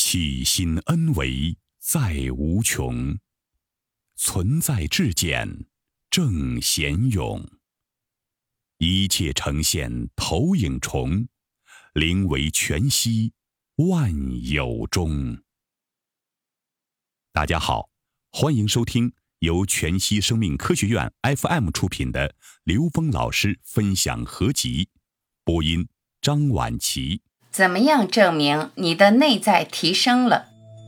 起心恩为在无穷，存在至简正贤勇。一切呈现投影重，灵为全息万有中。大家好，欢迎收听由全息生命科学院 FM 出品的刘峰老师分享合集，播音张婉琪。 怎么样证明你的内在提升了？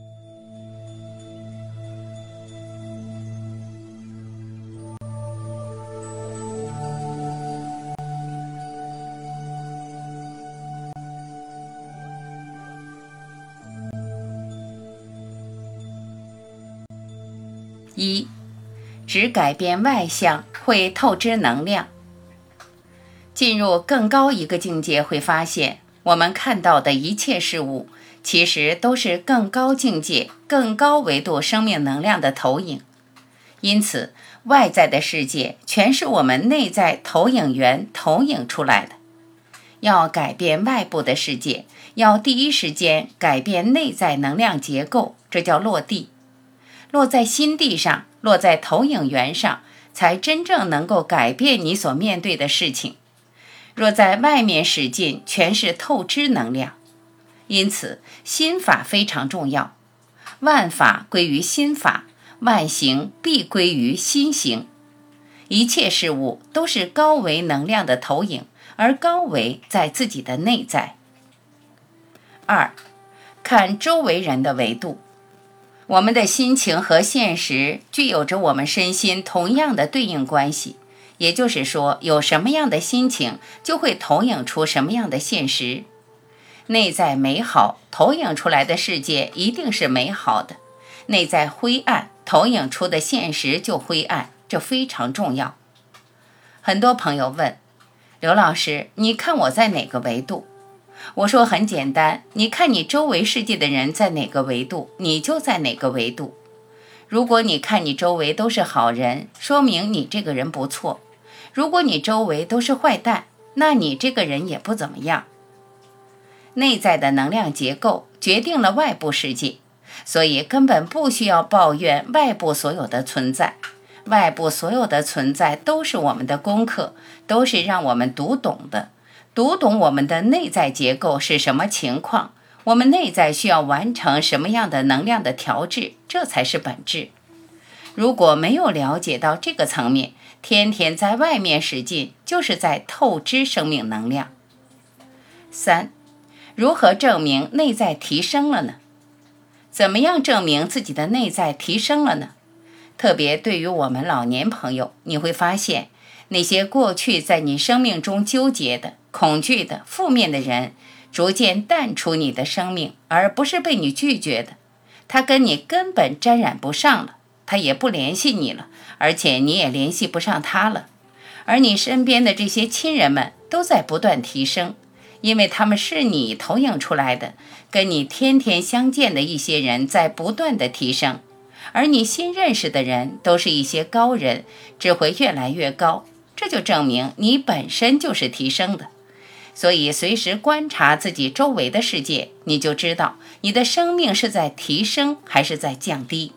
一，只改变外相会透支能量。进入更高一个境界会发现，我们看到的一切事物其实都是更高境界、更高维度生命能量的投影。因此，外在的世界全是我们内在投影源投影出来的。要改变外部的世界，要第一时间改变内在能量结构，这叫落地。落在心地上，落在投影源上，才真正能够改变你所面对的事情。若在外面使劲，全是透支能量。因此，心法非常重要。万法归于心法，万行必归于心行。一切事物都是高维能量的投影，而高维在自己的内在。二，看周围人的维度。我们的心情和现实具有着我们身心同样的对应关系，也就是说，有什么样的心情，就会投影出什么样的现实。内在美好，投影出来的世界一定是美好的；内在灰暗，投影出的现实就灰暗，这非常重要。很多朋友问，刘老师，你看我在哪个维度？我说很简单，你看你周围世界的人在哪个维度，你就在哪个维度。如果你看你周围都是好人，说明你这个人不错；如果你周围都是坏蛋，那你这个人也不怎么样。内在的能量结构决定了外部世界，所以根本不需要抱怨外部所有的存在。外部所有的存在都是我们的功课，都是让我们读懂的。读懂我们的内在结构是什么情况，我们内在需要完成什么样的能量的调制，这才是本质。如果没有了解到这个层面，天天在外面使劲，就是在透支生命能量。三，如何证明内在提升了呢？怎么样证明自己的内在提升了呢？特别对于我们老年朋友，你会发现那些过去在你生命中纠结的、恐惧的、负面的人，逐渐淡出你的生命，而不是被你拒绝的。他跟你根本沾染不上了，他也不联系你了，而且你也联系不上他了。而你身边的这些亲人们都在不断提升，因为他们是你投影出来的，跟你天天相见的一些人在不断的提升。而你新认识的人都是一些高人，只会越来越高，这就证明你本身就是提升的。所以随时观察自己周围的世界，你就知道你的生命是在提升还是在降低。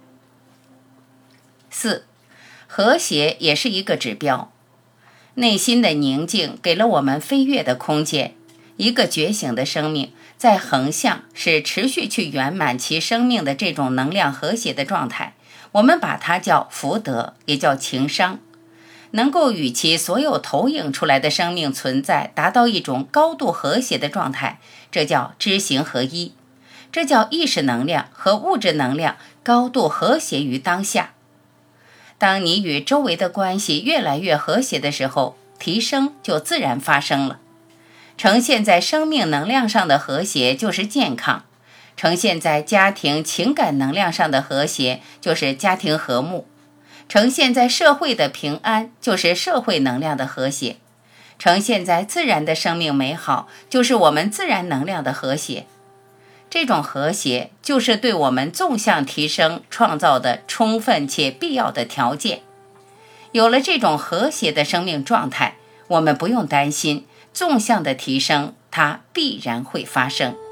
四，和谐也是一个指标。内心的宁静给了我们飞跃的空间。一个觉醒的生命在横向是持续去圆满其生命的这种能量和谐的状态，我们把它叫福德，也叫情商。能够与其所有投影出来的生命存在达到一种高度和谐的状态，这叫知行合一，这叫意识能量和物质能量高度和谐于当下。当你与周围的关系越来越和谐的时候，提升就自然发生了。呈现在生命能量上的和谐就是健康，呈现在家庭情感能量上的和谐就是家庭和睦，呈现在社会的平安就是社会能量的和谐，呈现在自然的生命美好就是我们自然能量的和谐。这种和谐就是对我们纵向提升创造的充分且必要的条件。有了这种和谐的生命状态，我们不用担心纵向的提升，它必然会发生。